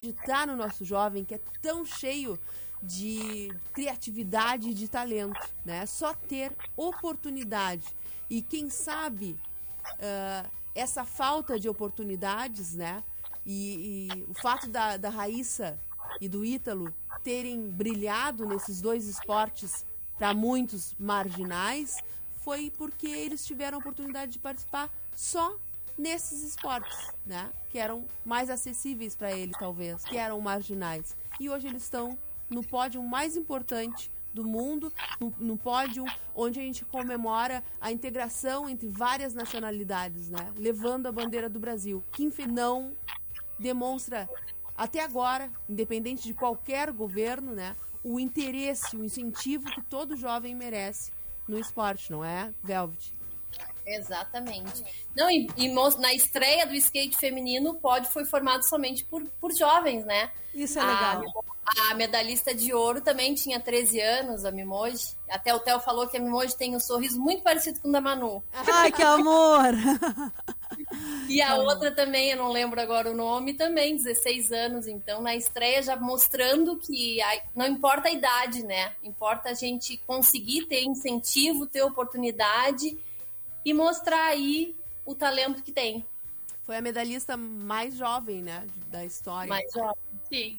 acreditar no nosso jovem, que é tão cheio de criatividade e de talento, né? Só ter oportunidade. E quem sabe essa falta de oportunidades, né? E o fato da Raíssa e do Ítalo terem brilhado nesses dois esportes para muitos marginais foi porque eles tiveram a oportunidade de participar só nesses esportes, né? Que eram mais acessíveis para eles, talvez, que eram marginais. E hoje eles estão no pódio mais importante do mundo, no pódio onde a gente comemora a integração entre várias nacionalidades, né? Levando a bandeira do Brasil, que não demonstra até agora, independente de qualquer governo, né? O interesse, o incentivo que todo jovem merece no esporte, não é, Velvet? Exatamente. Não, e na estreia do skate feminino, o pódio foi formado somente por jovens, né? Isso é legal. A medalhista de ouro também tinha 13 anos, a Mimoji. Até o Theo falou que a Mimoji tem um sorriso muito parecido com o da Manu. Ai, que amor! E a outra também, eu não lembro agora o nome, também, 16 anos. Então, na estreia, já mostrando que não importa a idade, né? Importa a gente conseguir ter incentivo, ter oportunidade e mostrar aí o talento que tem. Foi a medalhista mais jovem, né, da história. Mais jovem, sim.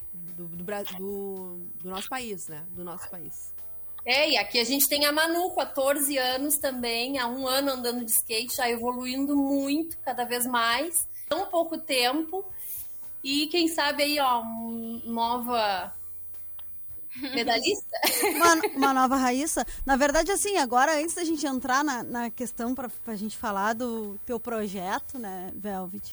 Do nosso país, né? Do nosso país. E aqui a gente tem a Manu, 14 anos também, há 1 ano andando de skate, já evoluindo muito, cada vez mais. Tão pouco tempo. E quem sabe aí, ó, nova medalhista? Uma nova Raíssa. Na verdade, assim, agora, antes da gente entrar na questão pra gente falar do teu projeto, né, Velvet,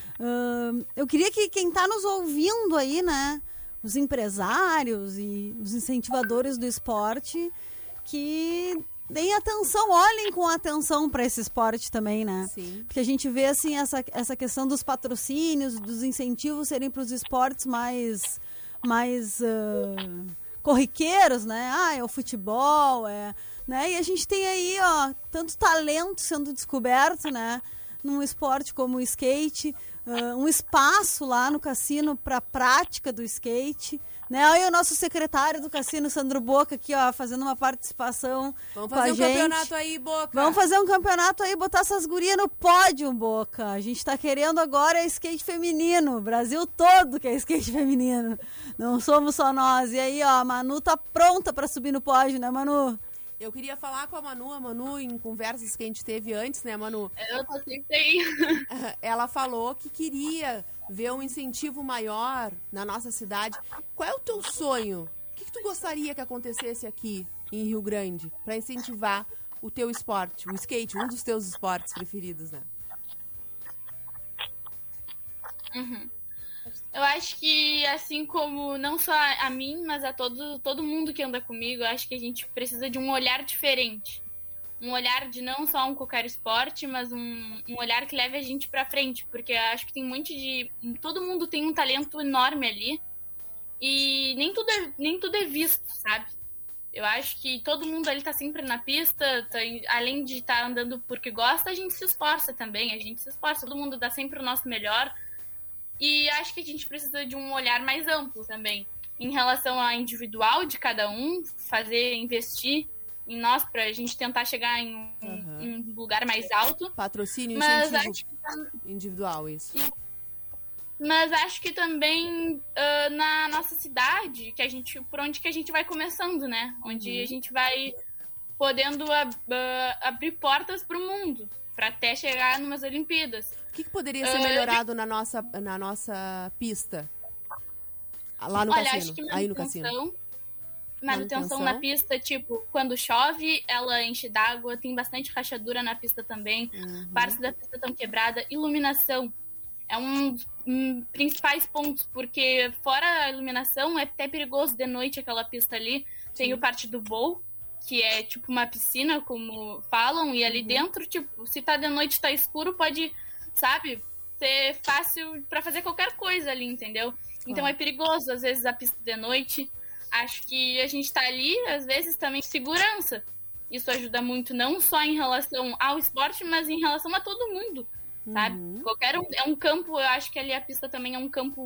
eu queria que quem tá nos ouvindo aí, né, os empresários e os incentivadores do esporte, que deem atenção, olhem com atenção para esse esporte também, né? Sim. Porque a gente vê, assim, essa questão dos patrocínios, dos incentivos serem para os esportes mais corriqueiros, né? É o futebol, né? E a gente tem aí, ó, tanto talento sendo descoberto, né? Num esporte como o skate, um espaço lá no cassino para prática do skate, né? Aí o nosso secretário do cassino, Sandro Boca, aqui, ó, fazendo uma participação com a gente. Vamos fazer um campeonato aí, Boca. Vamos fazer um campeonato aí, botar essas gurias no pódio, Boca. A gente tá querendo agora skate feminino. O Brasil todo quer skate feminino. Não somos só nós. E aí, ó, a Manu tá pronta para subir no pódio, né, Manu? Eu queria falar com a Manu, em conversas que a gente teve antes, né, Manu? Eu tô sempre aí. Ela falou que queria ver um incentivo maior na nossa cidade. Qual é o teu sonho? O que tu gostaria que acontecesse aqui em Rio Grande para incentivar o teu esporte, o skate, um dos teus esportes preferidos, né? Uhum. Eu acho que, assim como não só a mim, mas a todo mundo que anda comigo, eu acho que a gente precisa de um olhar diferente. Um olhar de não só um qualquer esporte, mas um olhar que leve a gente pra frente. Porque eu acho que tem todo mundo tem um talento enorme ali. E nem tudo é visto, sabe? Eu acho que todo mundo ali tá sempre na pista, além de estar andando porque gosta, a gente se esforça também. A gente se esforça, todo mundo dá sempre o nosso melhor. E acho que a gente precisa de um olhar mais amplo também, em relação ao individual de cada um, investir em nós pra gente tentar chegar em um lugar mais alto. Patrocínio, incentivo individual, isso. Mas acho que também na nossa cidade, por onde que a gente vai começando, né? Onde a gente vai podendo abrir portas pro mundo, pra até chegar numas Olimpíadas. O que poderia ser melhorado na nossa pista? Lá no cassino. Acho que aí no cassino. Manutenção na pista, tipo, quando chove, ela enche d'água, tem bastante rachadura na pista também, partes da pista estão quebradas, iluminação é um dos principais pontos, porque fora a iluminação, é até perigoso de noite aquela pista ali. Tem o parte do bowl, que é tipo uma piscina, como falam, e ali dentro, tipo, se tá de noite, tá escuro, pode, sabe, ser fácil pra fazer qualquer coisa ali, entendeu? Então é perigoso, às vezes, a pista de noite. Acho que a gente tá ali, às vezes, também segurança. Isso ajuda muito, não só em relação ao esporte, mas em relação a todo mundo, sabe? É um campo, eu acho que ali a pista também é um campo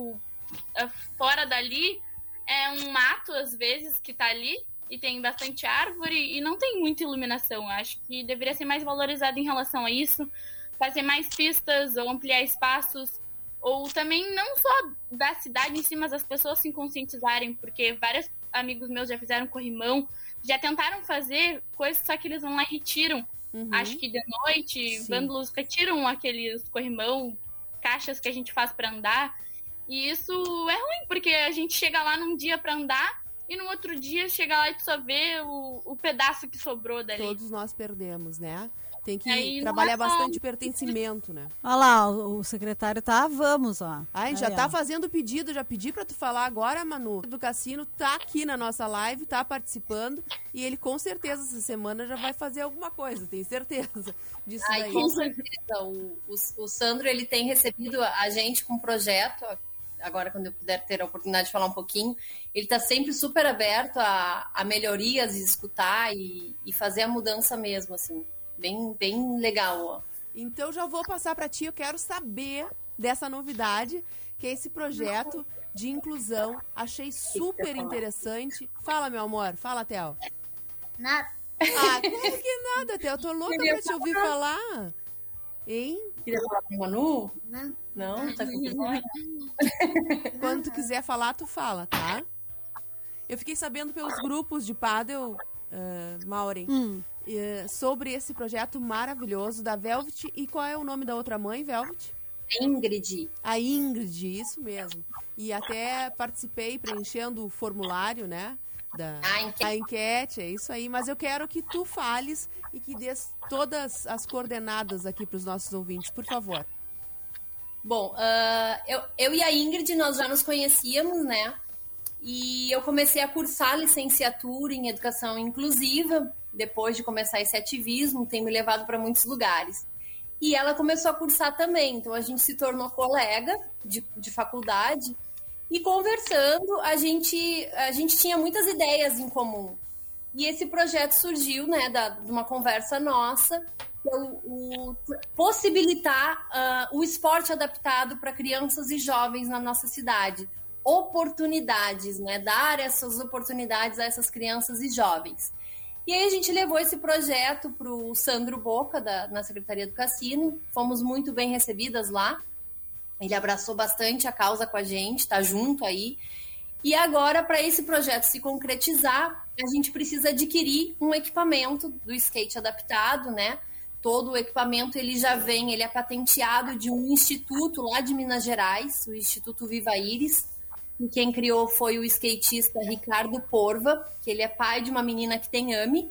fora dali é um mato, às vezes, que tá ali, e tem bastante árvore, e não tem muita iluminação. Acho que deveria ser mais valorizado em relação a isso, fazer mais pistas ou ampliar espaços, ou também não só da cidade em si, mas as pessoas se conscientizarem, porque vários amigos meus já fizeram corrimão, já tentaram fazer coisas, só que eles vão lá e retiram. Acho que de noite, vândalos retiram aqueles corrimão, caixas que a gente faz para andar, e isso é ruim, porque a gente chega lá num dia para andar, e no outro dia chega lá e tu só vê o pedaço que sobrou dali. Todos nós perdemos, né? Tem que Aí trabalhar não é bastante pertencimento, né? Olha lá, o secretário vamos, ó. Ai, já tá fazendo pedido, já pedi pra tu falar agora, Manu. Do Cassino tá aqui na nossa live, tá participando, e ele com certeza essa semana já vai fazer alguma coisa, tenho certeza disso daí. Com certeza. O Sandro, ele tem recebido a gente com um projeto, agora quando eu puder ter a oportunidade de falar um pouquinho, ele tá sempre super aberto a melhorias e escutar e fazer a mudança mesmo, assim. Bem legal, ó. Então já vou passar para ti, eu quero saber dessa novidade, que é esse projeto de inclusão. Achei super interessante. Fala, meu amor. Fala, Theo. Nada. Ah, claro que nada, Theo. Eu tô louca pra te ouvir falar. Hein? Queria falar com o Manu? Não. Não? Tá com vergonha? Quando tu quiser falar, tu fala, tá? Eu fiquei sabendo pelos grupos de pádel, Maureen, sobre esse projeto maravilhoso da Velvet. E qual é o nome da outra mãe, Velvet? Ingrid. A Ingrid, isso mesmo. E até participei preenchendo o formulário, né? A enquete, é isso aí. Mas eu quero que tu fales e que dês todas as coordenadas aqui para os nossos ouvintes, por favor. Bom, eu e a Ingrid, nós já nos conhecíamos, né? E eu comecei a cursar licenciatura em Educação Inclusiva, depois de começar esse ativismo, tem me levado para muitos lugares. E ela começou a cursar também, então a gente se tornou colega de faculdade, e conversando, a gente tinha muitas ideias em comum. E esse projeto surgiu, né, de uma conversa nossa, possibilitar o esporte adaptado para crianças e jovens na nossa cidade. Oportunidades, né, dar essas oportunidades a essas crianças e jovens. E aí a gente levou esse projeto para o Sandro Boca, na Secretaria do Cassino, fomos muito bem recebidas lá. Ele abraçou bastante a causa com a gente, tá junto aí. E agora, para esse projeto se concretizar, a gente precisa adquirir um equipamento do skate adaptado, né? Todo o equipamento, ele é patenteado de um instituto lá de Minas Gerais, o Instituto Viva Iris. E quem criou foi o skatista Ricardo Porva, que ele é pai de uma menina que tem AME.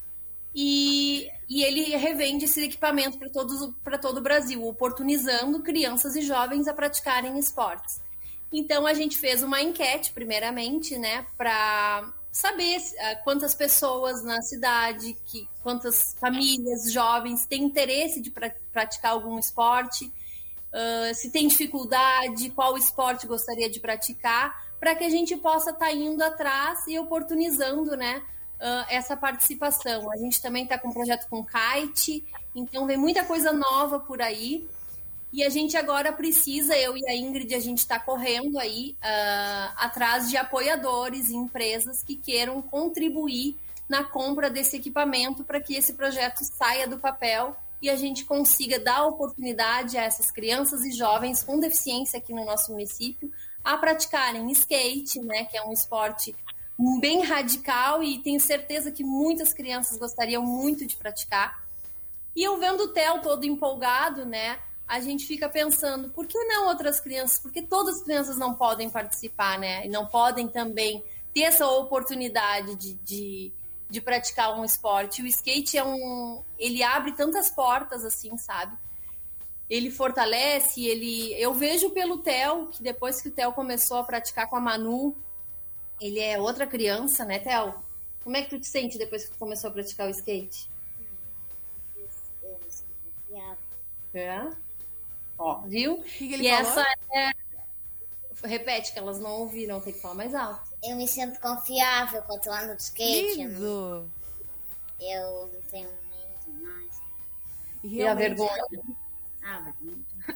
E ele revende esse equipamento para todo o Brasil, oportunizando crianças e jovens a praticarem esportes. Então, a gente fez uma enquete, primeiramente, né, para saber quantas pessoas na cidade, quantas famílias, jovens têm interesse de praticar algum esporte, se tem dificuldade, qual esporte gostaria de praticar, para que a gente possa estar indo atrás e oportunizando, né, essa participação. A gente também está com um projeto com kite, então vem muita coisa nova por aí. E a gente agora precisa, eu e a Ingrid, a gente está correndo aí atrás de apoiadores e empresas que queiram contribuir na compra desse equipamento para que esse projeto saia do papel e a gente consiga dar oportunidade a essas crianças e jovens com deficiência aqui no nosso município a praticarem skate, né, que é um esporte bem radical e tenho certeza que muitas crianças gostariam muito de praticar. E eu vendo o Theo todo empolgado, né, a gente fica pensando, por que não outras crianças? Por que todas as crianças não podem participar, né? E não podem também ter essa oportunidade de praticar um esporte. O skate ele abre tantas portas, assim, sabe? Ele fortalece, eu vejo pelo Theo, que depois que o Theo começou a praticar com a Manu, ele é outra criança, né, Theo? Como é que tu te sente depois que tu começou a praticar o skate? Eu me sinto confiável. É? Ó, viu? Que ele e falou? essa é... Repete, que elas não ouviram, tem que falar mais alto. Eu me sinto confiável quando eu ando de skate. Lindo! Eu não tenho medo mais. E a vergonha? Ah, vergonha.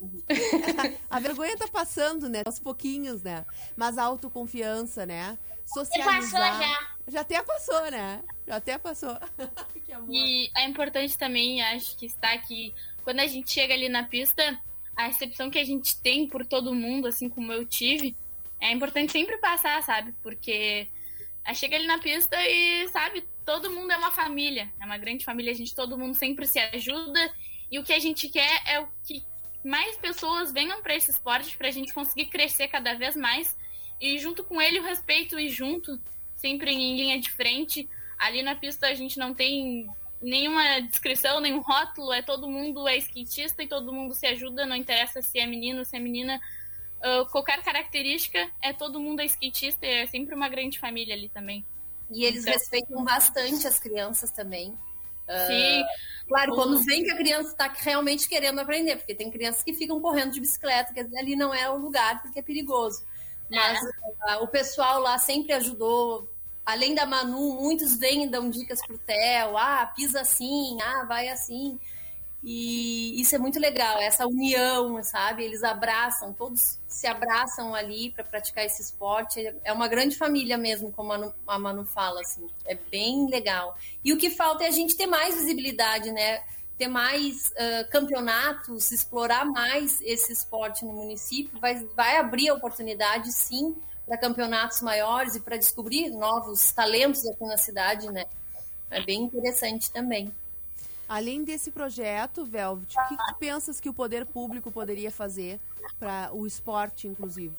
A vergonha tá passando, né? Aos pouquinhos, né? Mas a autoconfiança, né? Passou Socializar. já. Já até passou, né? Já até passou. Que amor. E é importante também, acho que está que quando a gente chega ali na pista, a recepção que a gente tem por todo mundo, assim como eu tive, é importante sempre passar, sabe? Porque chega ali na pista e, sabe, todo mundo é uma família, é uma grande família, todo mundo sempre se ajuda, e o que a gente quer é o que mais pessoas venham para esse esporte, pra gente conseguir crescer cada vez mais, e junto com ele o respeito e junto, sempre em linha de frente. Ali na pista a gente não tem nenhuma descrição, nenhum rótulo, todo mundo é skatista e todo mundo se ajuda, não interessa se é menino, se é menina, qualquer característica, todo mundo é skatista e é sempre uma grande família ali também. E eles respeitam bastante as crianças também. Sim. Claro, quando vem que a criança está realmente querendo aprender, porque tem crianças que ficam correndo de bicicleta, quer dizer, ali não é o lugar porque é perigoso. Mas o pessoal lá sempre ajudou. Além da Manu, muitos vêm e dão dicas pro Theo. Pisa assim, vai assim. E isso é muito legal, essa união, sabe? Eles abraçam, todos se abraçam ali para praticar esse esporte. É uma grande família mesmo, como a Manu fala, assim. É bem legal. E o que falta é a gente ter mais visibilidade, né? Ter mais campeonatos, explorar mais esse esporte no município. Vai abrir a oportunidade, sim, para campeonatos maiores e para descobrir novos talentos aqui na cidade, né? É bem interessante também. Além desse projeto, Velvet, o que tu pensas que o poder público poderia fazer para o esporte inclusivo?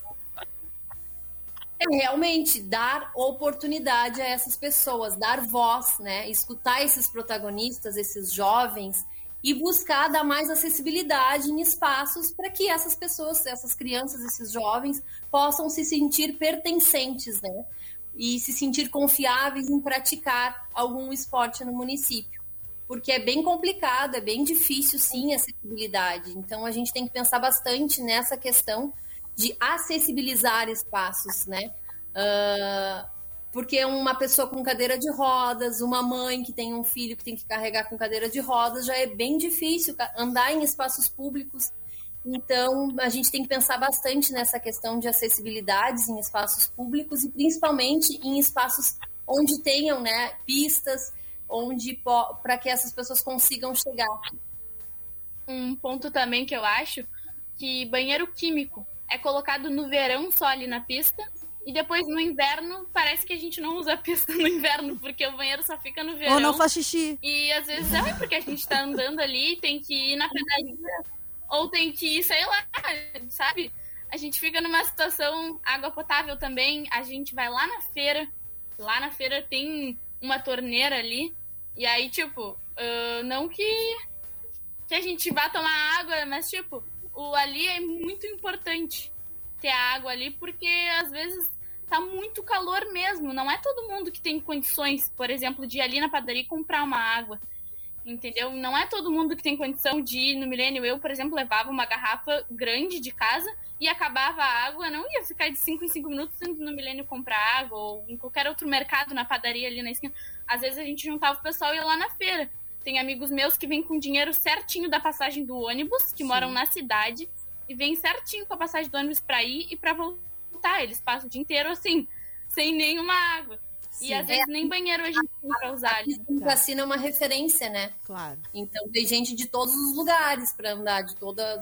É realmente dar oportunidade a essas pessoas, dar voz, né? Escutar esses protagonistas, esses jovens, e buscar dar mais acessibilidade em espaços para que essas pessoas, essas crianças, esses jovens possam se sentir pertencentes, né? E se sentir confiáveis em praticar algum esporte no município. Porque é bem complicado, é bem difícil, sim, a acessibilidade. Então, a gente tem que pensar bastante nessa questão de acessibilizar espaços, né? Porque uma pessoa com cadeira de rodas, uma mãe que tem um filho que tem que carregar com cadeira de rodas, já é bem difícil andar em espaços públicos. Então, a gente tem que pensar bastante nessa questão de acessibilidades em espaços públicos e principalmente em espaços onde tenham, né, pistas, para que essas pessoas consigam chegar. Um ponto também que eu acho que banheiro químico é colocado no verão só ali na pista e depois no inverno parece que a gente não usa a pista no inverno porque o banheiro só fica no verão. Ou não faz xixi. E às vezes porque a gente tá andando ali, tem que ir na padaria ou tem que ir, sei lá, sabe? A gente fica numa situação, água potável também, a gente vai lá na feira tem uma torneira ali, e aí, tipo, não que a gente vá tomar água, mas, tipo, ali é muito importante ter a água ali, porque às vezes tá muito calor mesmo, não é todo mundo que tem condições, por exemplo, de ir ali na padaria e comprar uma água, entendeu? Não é todo mundo que tem condição de ir no Milênio. Eu, por exemplo, levava uma garrafa grande de casa e acabava a água, não ia ficar de 5 em 5 minutos indo no Milênio comprar água ou em qualquer outro mercado, na padaria ali na esquina. Às vezes a gente juntava o pessoal e ia lá na feira. Tem amigos meus que vêm com dinheiro certinho da passagem do ônibus, que moram na cidade, e vêm certinho com a passagem do ônibus pra ir e pra voltar. Eles passam o dia inteiro assim, sem nenhuma água. Sim. E às vezes nem banheiro a gente tem pra usar ali. A vacina é uma referência, né? Claro. Então tem gente de todos os lugares para andar, de toda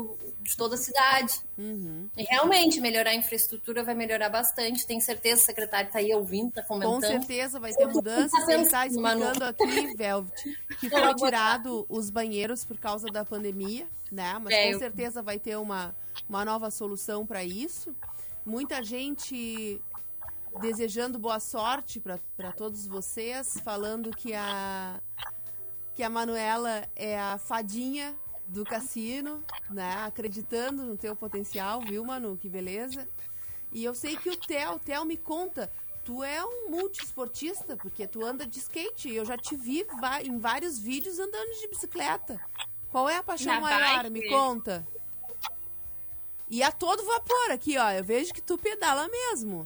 a cidade. Uhum. E realmente melhorar a infraestrutura vai melhorar bastante. Tenho certeza, o secretário está aí ouvindo, está comentando. Com certeza vai ter mudanças. Ele está explicando aqui, Velvet, que foi tirado os banheiros por causa da pandemia, né? Mas com certeza vai ter uma nova solução para isso. Muita gente desejando boa sorte para todos vocês, falando que a Manuela é a fadinha do cassino, né? Acreditando no teu potencial, viu, Manu? Que beleza. E eu sei que o Theo me conta, tu é um multiesportista, porque tu anda de skate. Eu já te vi em vários vídeos andando de bicicleta. Qual é a paixão maior? Me conta. E a todo vapor aqui, ó. Eu vejo que tu pedala mesmo.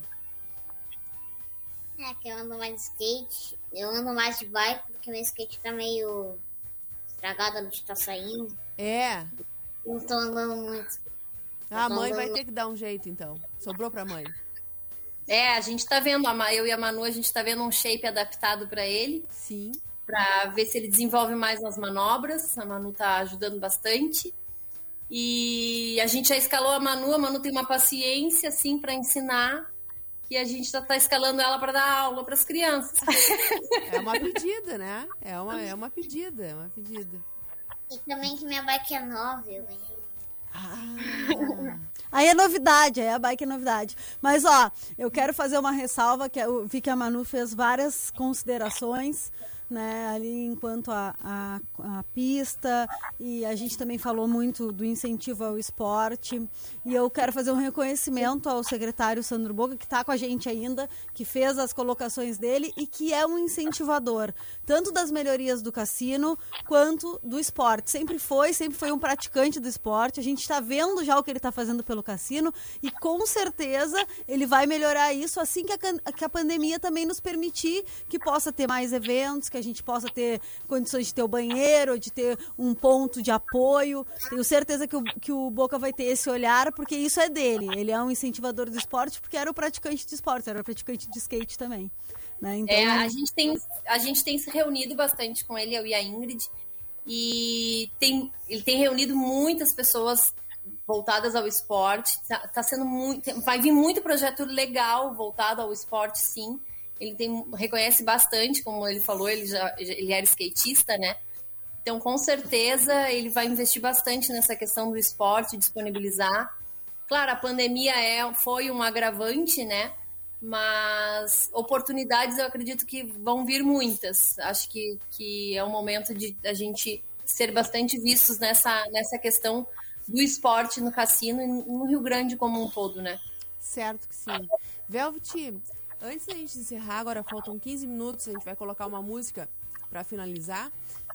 É que eu ando mais de skate. Eu ando mais de bike, porque meu skate tá meio estragado, a luz tá saindo. É. Não tô andando muito. A mãe vai ter que dar um jeito, então. Sobrou pra mãe. A gente tá vendo, eu e a Manu, a gente tá vendo um shape adaptado pra ele. Sim. Pra ver se ele desenvolve mais nas manobras. A Manu tá ajudando bastante. E a gente já escalou a Manu tem uma paciência, assim, pra ensinar. E a gente já tá escalando ela pra dar aula pras crianças. É uma pedida, né? É uma pedida. E também que minha bike é nova, eu ganhei. Aí é novidade, aí a bike é novidade. Mas, ó, eu quero fazer uma ressalva, que eu vi que a Manu fez várias considerações, né, ali enquanto a pista, e a gente também falou muito do incentivo ao esporte, e eu quero fazer um reconhecimento ao secretário Sandro Boca, que está com a gente ainda, que fez as colocações dele e que é um incentivador, tanto das melhorias do cassino, quanto do esporte. Sempre foi um praticante do esporte, a gente está vendo já o que ele está fazendo pelo cassino, e com certeza ele vai melhorar isso assim que a pandemia também nos permitir que possa ter mais eventos, que a gente possa ter condições de ter o banheiro, de ter um ponto de apoio. Tenho certeza que o Boca vai ter esse olhar, porque isso é dele. Ele é um incentivador do esporte, porque era o praticante de esporte, era o praticante de skate também. Né? Então, a gente tem se reunido bastante com ele, eu e a Ingrid, e ele tem reunido muitas pessoas voltadas ao esporte. Tá sendo vai vir muito projeto legal voltado ao esporte, sim. Ele reconhece bastante, como ele falou, ele era skatista, né? Então, com certeza, ele vai investir bastante nessa questão do esporte, disponibilizar. Claro, a pandemia foi um agravante, né? Mas oportunidades eu acredito que vão vir muitas. Acho que é um momento de a gente ser bastante vistos nessa questão do esporte no cassino e no Rio Grande como um todo, né? Certo que sim. Velvet, antes da gente encerrar, agora faltam 15 minutos, a gente vai colocar uma música para finalizar.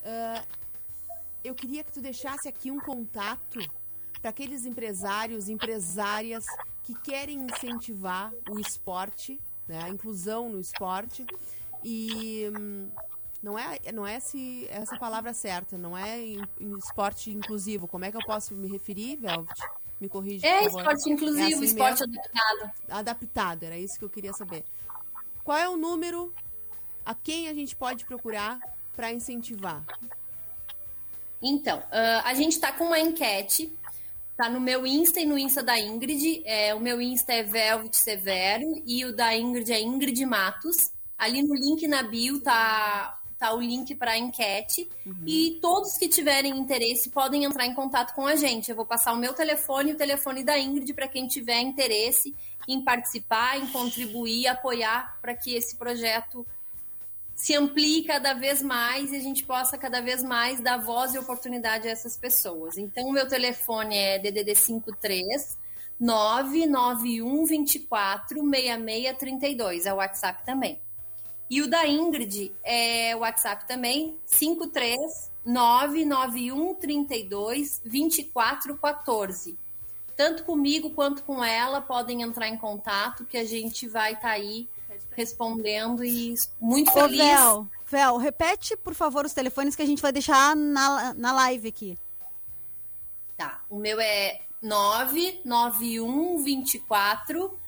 Eu queria que tu deixasse aqui um contato para aqueles empresários, empresárias que querem incentivar o esporte, né, a inclusão no esporte. E não é essa palavra certa, não é esporte inclusivo. Como é que eu posso me referir, Velvet? Me corrige, por favor. Esporte inclusivo, assim esporte mesmo? adaptado. Adaptado, era isso que eu queria saber. Qual é o número a quem a gente pode procurar para incentivar? Então, a gente está com uma enquete, tá no meu Insta e no Insta da Ingrid. O meu Insta é Velvet Severo e o da Ingrid é Ingrid Matos. Ali no link na bio tá o link para a enquete. E todos que tiverem interesse podem entrar em contato com a gente. Eu vou passar o meu telefone e o telefone da Ingrid para quem tiver interesse em participar, em contribuir, apoiar para que esse projeto se amplie cada vez mais e a gente possa cada vez mais dar voz e oportunidade a essas pessoas. Então, o meu telefone é DDD 53 991 24 6632, é o WhatsApp também. E o da Ingrid é o WhatsApp também, 53 991 32 24 14. Tanto comigo quanto com ela, podem entrar em contato que a gente vai estar aí respondendo e muito feliz. Vel, repete, por favor, os telefones que a gente vai deixar na live aqui. Tá, o meu é 991 24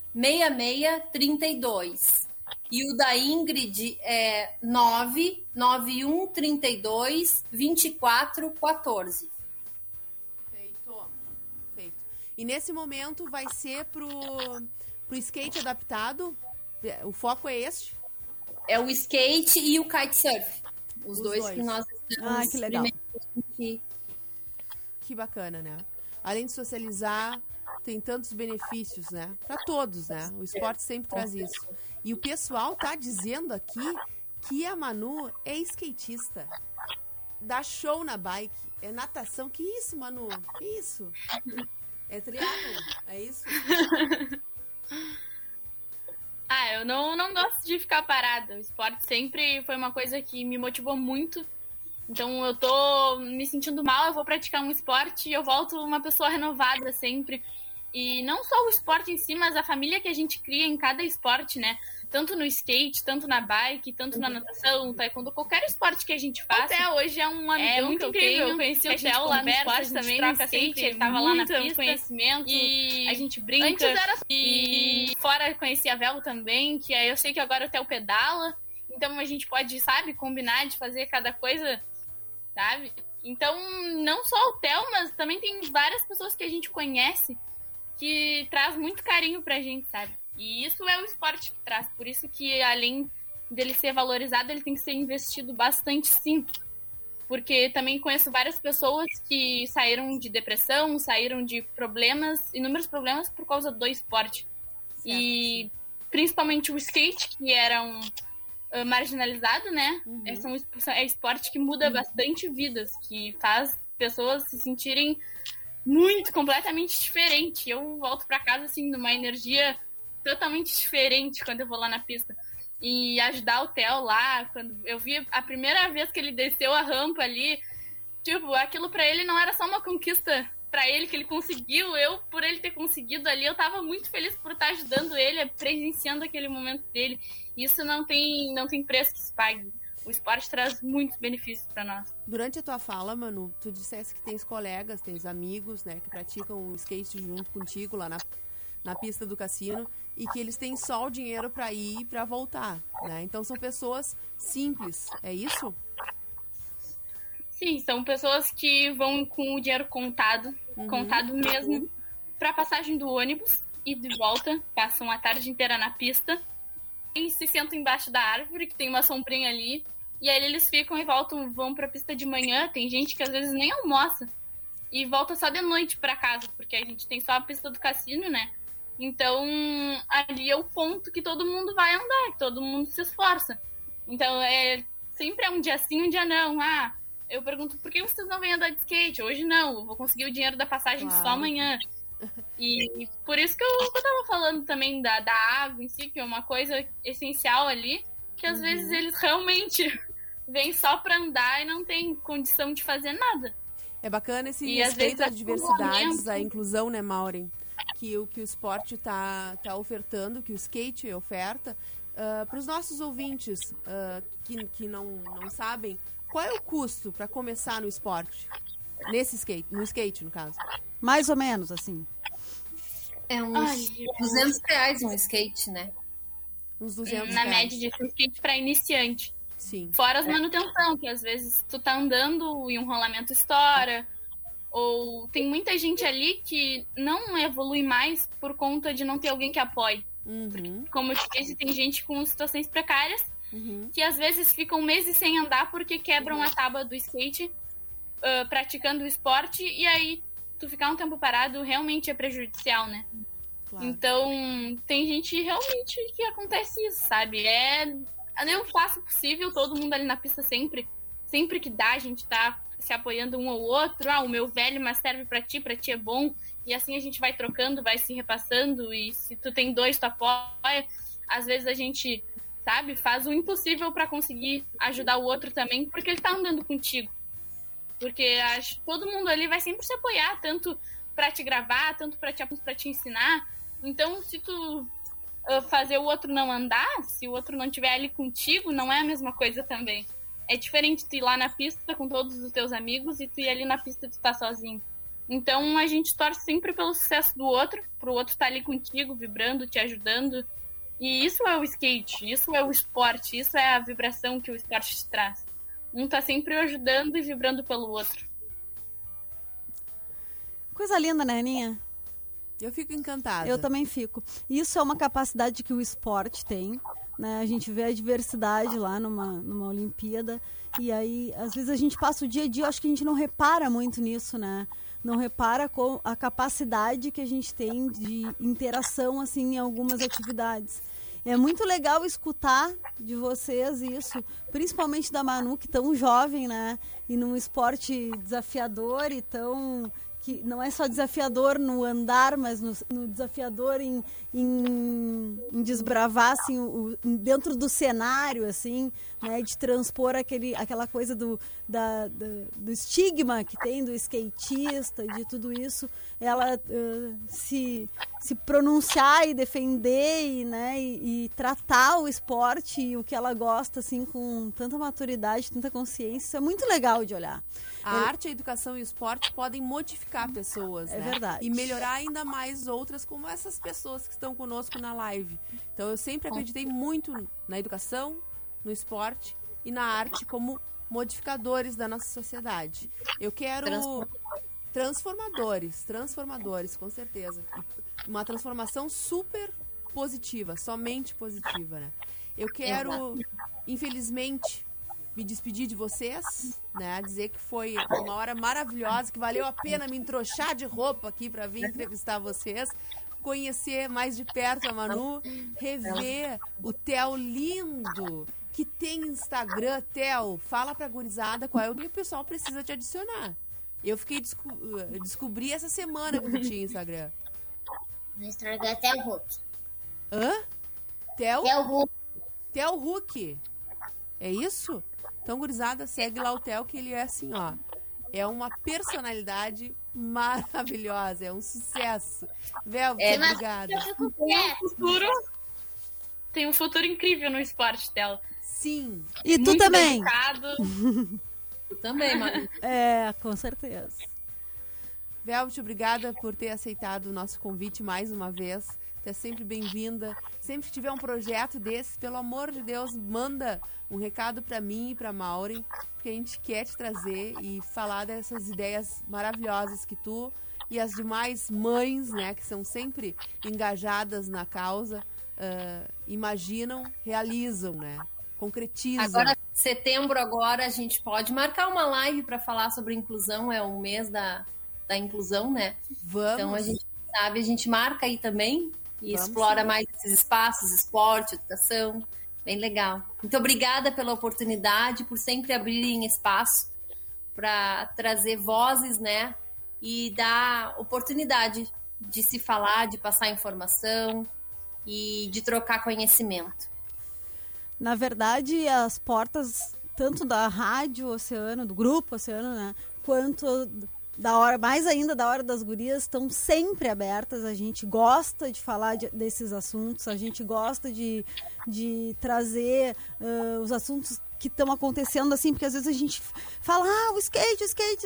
6632. E o da Ingrid é 991 32 24 14. Feito. E nesse momento vai ser pro skate adaptado? O foco é este? É o skate e o kitesurf. Os dois que nós estamos... que legal. Que bacana, né? Além de socializar, tem tantos benefícios, né? Para todos, né? O esporte sempre traz isso. E o pessoal tá dizendo aqui que a Manu é skatista. Dá show na bike. É natação. Que isso, Manu? Que isso? É triatlo? É isso? Eu não gosto de ficar parada. O esporte sempre foi uma coisa que me motivou muito. Então eu tô me sentindo mal, eu vou praticar um esporte e eu volto uma pessoa renovada sempre. E não só o esporte em si, mas a família que a gente cria em cada esporte, né? Tanto no skate, tanto na bike, tanto na natação, taekwondo, qualquer esporte que a gente faça. Até hoje é um amigão muito que eu incrível. tenho. Eu conheci o Theo Theo lá no esporte a gente também, troca no skate, sempre, ele tava lá na muito pista. conhecimento, E a gente brinca. antes era E fora conheci a Velo também, que aí eu sei que agora o Theo pedala, então a gente pode, sabe, combinar de fazer cada coisa, sabe? Então, não só o Theo, mas também tem várias pessoas que a gente conhece que traz muito carinho pra gente, sabe? E isso é o esporte que traz. Por isso que, além dele ser valorizado, ele tem que ser investido bastante, sim. Porque também conheço várias pessoas que saíram de depressão, saíram de problemas, inúmeros problemas por causa do esporte. Certo. E principalmente o skate, que era um marginalizado, né? É esporte que muda bastante vidas, que faz pessoas se sentirem completamente diferente. Eu volto pra casa, assim, numa energia totalmente diferente quando eu vou lá na pista. E ajudar o Theo lá, quando eu vi a primeira vez que ele desceu a rampa ali, tipo, aquilo pra ele não era só uma conquista pra ele que ele conseguiu. Eu, por ele ter conseguido ali, eu tava muito feliz por estar ajudando ele, presenciando aquele momento dele. Isso não tem preço que se pague. O esporte traz muitos benefícios pra nós. Durante a tua fala, Manu, tu disseste que tens colegas, tens amigos, né, que praticam skate junto contigo lá na pista do cassino e que eles têm só o dinheiro pra ir e pra voltar, né? Então são pessoas simples, é isso? Sim, são pessoas que vão com o dinheiro contado mesmo, pra passagem do ônibus e de volta, passam a tarde inteira na pista e se sentam embaixo da árvore, que tem uma sombrinha ali, e aí eles ficam e voltam, vão pra pista de manhã. Tem gente que às vezes nem almoça e volta só de noite pra casa, porque a gente tem só a pista do cassino, né? Então, ali é o ponto que todo mundo vai andar, que todo mundo se esforça. Então, sempre é um dia sim, um dia não. Eu pergunto, por que vocês não vêm andar de skate? Hoje não, eu vou conseguir o dinheiro da passagem só amanhã. E por isso que eu tava falando também da água em si, que é uma coisa essencial ali, que às vezes eles realmente vêm só pra andar e não tem condição de fazer nada. É bacana esse E, respeito às às vezes, diversidades, à inclusão, né, Maureen? Que o esporte tá ofertando, que o skate oferta. Para os nossos ouvintes que não sabem, qual é o custo para começar no esporte? No skate, no caso. Mais ou menos, assim. É uns R$200 um skate, né? Uns 200 Na reais. média de skate pra iniciante. Sim. Fora as manutenção, que às vezes tu tá andando e um rolamento estoura. Ou tem muita gente ali que não evolui mais por conta de não ter alguém que apoie. Como eu te disse, tem gente com situações precárias que às vezes ficam meses sem andar porque quebram a tábua do skate praticando o esporte, e aí tu ficar um tempo parado realmente é prejudicial, né? Claro. Então, tem gente realmente que acontece isso, sabe? Eu faço o possível, todo mundo ali na pista sempre que dá, a gente tá se apoiando um ao outro. O meu velho, mas serve pra ti é bom. E assim a gente vai trocando, vai se repassando. E se tu tem dois, tu apoia. Às vezes a gente, sabe, faz o impossível pra conseguir ajudar o outro também, porque ele tá andando contigo. Porque todo mundo ali vai sempre se apoiar, tanto pra te gravar, tanto pra te ensinar. Então, se tu fazer o outro não andar, se o outro não estiver ali contigo, não é a mesma coisa também. É diferente tu ir lá na pista com todos os teus amigos e tu ir ali na pista e tu tá sozinho. Então, a gente torce sempre pelo sucesso do outro, pro outro estar ali contigo, vibrando, te ajudando. E isso é o skate, isso é o esporte, isso é a vibração que o esporte te traz. Um tá sempre ajudando e vibrando pelo outro. Coisa linda, né, Aninha? Eu fico encantada. Eu também fico. Isso é uma capacidade que o esporte tem, né? A gente vê a diversidade lá numa Olimpíada, e aí, às vezes, a gente passa o dia a dia, eu acho que a gente não repara muito nisso, né? Não repara com a capacidade que a gente tem de interação, assim, em algumas atividades. É muito legal escutar de vocês isso, principalmente da Manu, que tão jovem, né? E num esporte desafiador e tão... que não é só desafiador no andar, mas no desafiador em em desbravar, assim, dentro do cenário, assim, né, de transpor aquela coisa do estigma que tem do skatista, de tudo isso, ela se pronunciar e defender e tratar o esporte e o que ela gosta, assim, com tanta maturidade, tanta consciência, isso é muito legal de olhar. A arte, a educação e o esporte podem modificar pessoas, É né? verdade. E melhorar ainda mais outras, como essas pessoas que estão conosco na live. Então, eu sempre acreditei muito na educação, no esporte e na arte como modificadores da nossa sociedade. Eu quero transformadores, com certeza. Uma transformação super positiva, somente positiva, né? Eu quero, infelizmente, me despedir de vocês, né? Dizer que foi uma hora maravilhosa, que valeu a pena me entrochar de roupa aqui para vir entrevistar vocês, conhecer mais de perto a Manu, rever o Theo lindo, que tem Instagram. Theo, fala pra gurizada qual é o que o pessoal precisa te adicionar. Eu fiquei descobri essa semana que tu tinha Instagram. No Instagram é Theo Hulk. Hã? Theo? Theo Hulk. Theo Hulk. É isso? Então, gurizada, segue lá o Theo, que ele é assim, ó. É uma personalidade maravilhosa, é um sucesso. Velvet, obrigada. Eu fico quieto. Tem um futuro incrível no esporte dela. Sim. E tu Muito também. dedicado. Eu também, Manu. É, com certeza. Velvet, obrigada por ter aceitado o nosso convite mais uma vez. Tu é sempre bem-vinda. Sempre que tiver um projeto desse, pelo amor de Deus, manda um recado pra mim e pra Maureen, porque a gente quer te trazer e falar dessas ideias maravilhosas que tu e as demais mães, né, que são sempre engajadas na causa, imaginam, realizam, né? Concretizam. Agora, setembro agora, a gente pode marcar uma live para falar sobre inclusão, é o mês da inclusão, né? Vamos. Então a gente marca aí também e Vamos, explora sim. mais esses espaços, esporte, educação, bem legal. Muito obrigada pela oportunidade, por sempre abrirem espaço para trazer vozes, né? E dar oportunidade de se falar, de passar informação e de trocar conhecimento. Na verdade, as portas, tanto da Rádio Oceano, do Grupo Oceano, né, quanto mais ainda da Hora das Gurias, estão sempre abertas. A gente gosta de falar desses assuntos, a gente gosta de trazer os assuntos que estão acontecendo, assim, porque às vezes a gente fala, o skate,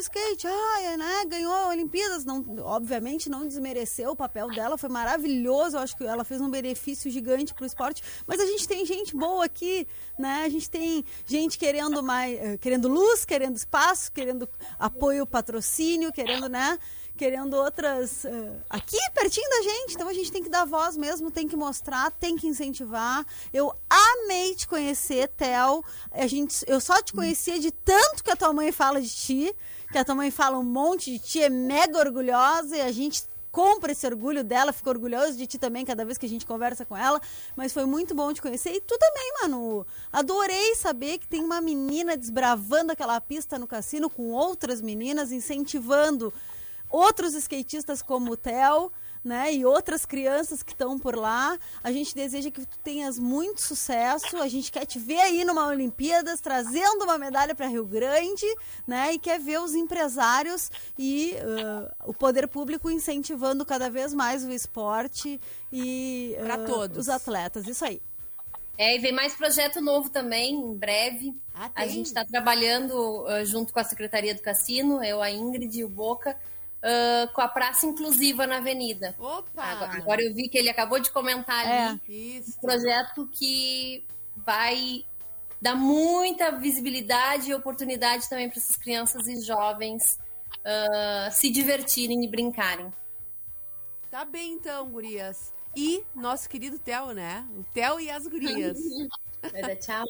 né, ganhou Olimpíadas, não, obviamente não desmereceu o papel dela, foi maravilhoso, eu acho que ela fez um benefício gigante pro esporte, mas a gente tem gente boa aqui, né, a gente tem gente querendo luz, querendo espaço, querendo apoio, patrocínio, querendo outras aqui pertinho da gente, então a gente tem que dar voz mesmo, tem que mostrar, tem que incentivar. Eu amei te conhecer, Theo. Eu só te conhecia de tanto que a tua mãe fala de ti, que a tua mãe fala um monte de ti, é mega orgulhosa e a gente compra esse orgulho dela, fica orgulhoso de ti também cada vez que a gente conversa com ela, mas foi muito bom te conhecer. E tu também, Manu. Adorei saber que tem uma menina desbravando aquela pista no cassino com outras meninas, incentivando outros skatistas como o Theo, né, e outras crianças que estão por lá. A gente deseja que tu tenhas muito sucesso, a gente quer te ver aí numa Olimpíadas, trazendo uma medalha para Rio Grande, né, e quer ver os empresários e o poder público incentivando cada vez mais o esporte e Pra todos. os atletas, isso aí. E vem mais projeto novo também, em breve. A gente está trabalhando junto com a Secretaria do Cassino, eu, a Ingrid e o Boca, com a praça inclusiva na avenida. Opa! Agora eu vi que ele acabou de comentar ali. Isso. Um projeto que vai dar muita visibilidade e oportunidade também para essas crianças e jovens se divertirem e brincarem. Tá bem então, gurias. E nosso querido Theo, né? O Theo e as gurias. Vai dar tchau.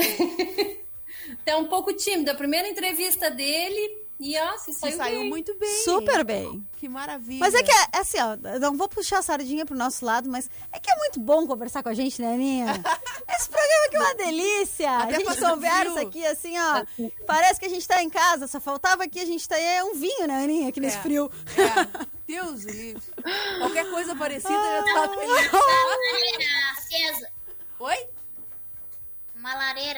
Tá um pouco tímido. A primeira entrevista dele e se saiu bem. Muito bem. Super bem. Que maravilha. Mas é que, assim, eu não vou puxar a sardinha pro nosso lado, mas é que é muito bom conversar com a gente, né, Aninha? Esse programa aqui é uma delícia. Até a gente quando conversa viu. aqui, assim, parece que a gente tá em casa, só faltava aqui a gente ter um vinho, né, Aninha, aqui nesse frio. Deus, livre. Qualquer coisa parecida já tá feliz. Se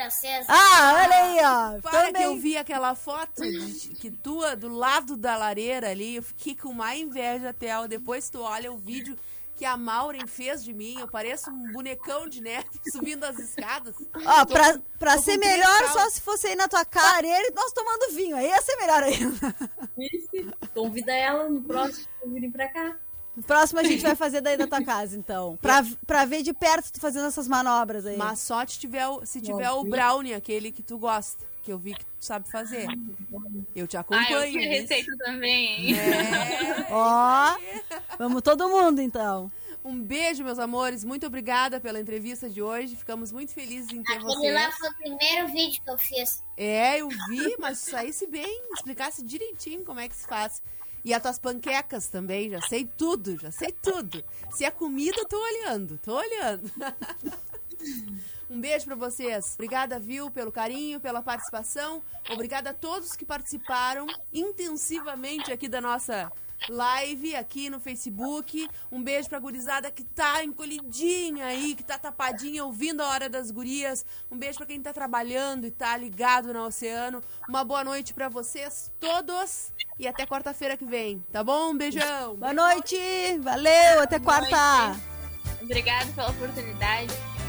vocês. Olha aí, ó. Para Também. que eu vi aquela foto que tua do lado da lareira ali, eu fiquei com uma inveja, Theo. Depois tu olha o vídeo que a Maureen fez de mim, eu pareço um bonecão de neve subindo as escadas. Ó, pra tô ser com três melhor, calças. só se fosse aí na tua lareira e nós tomando vinho. Aí ia ser melhor ainda. Isso. Convida ela no próximo pra virem pra cá. No próximo a gente vai fazer daí da tua casa, então. Pra ver de perto tu fazendo essas manobras aí. Mas só se tiver o brownie, aquele que tu gosta, que eu vi que tu sabe fazer. Eu te Eu acompanho. sei a nisso. receita também, hein? Ó, vamos todo mundo, então. Um beijo, meus amores. Muito obrigada pela entrevista de hoje. Ficamos muito felizes em ter Aquele vocês. lá foi o primeiro vídeo que eu fiz. Eu vi, mas saísse bem, explicasse direitinho como é que se faz. E as tuas panquecas também, já sei tudo. Se é comida, tô olhando. Um beijo pra vocês. Obrigada, viu, pelo carinho, pela participação. Obrigada a todos que participaram intensivamente aqui da nossa live, aqui no Facebook. Um beijo pra gurizada que tá encolhidinha aí, que tá tapadinha, ouvindo a Hora das Gurias. Um beijo pra quem tá trabalhando e tá ligado no oceano. Uma boa noite pra vocês todos e até quarta-feira que vem, tá bom? Um beijão. Boa noite, valeu, até quarta. Obrigada pela oportunidade.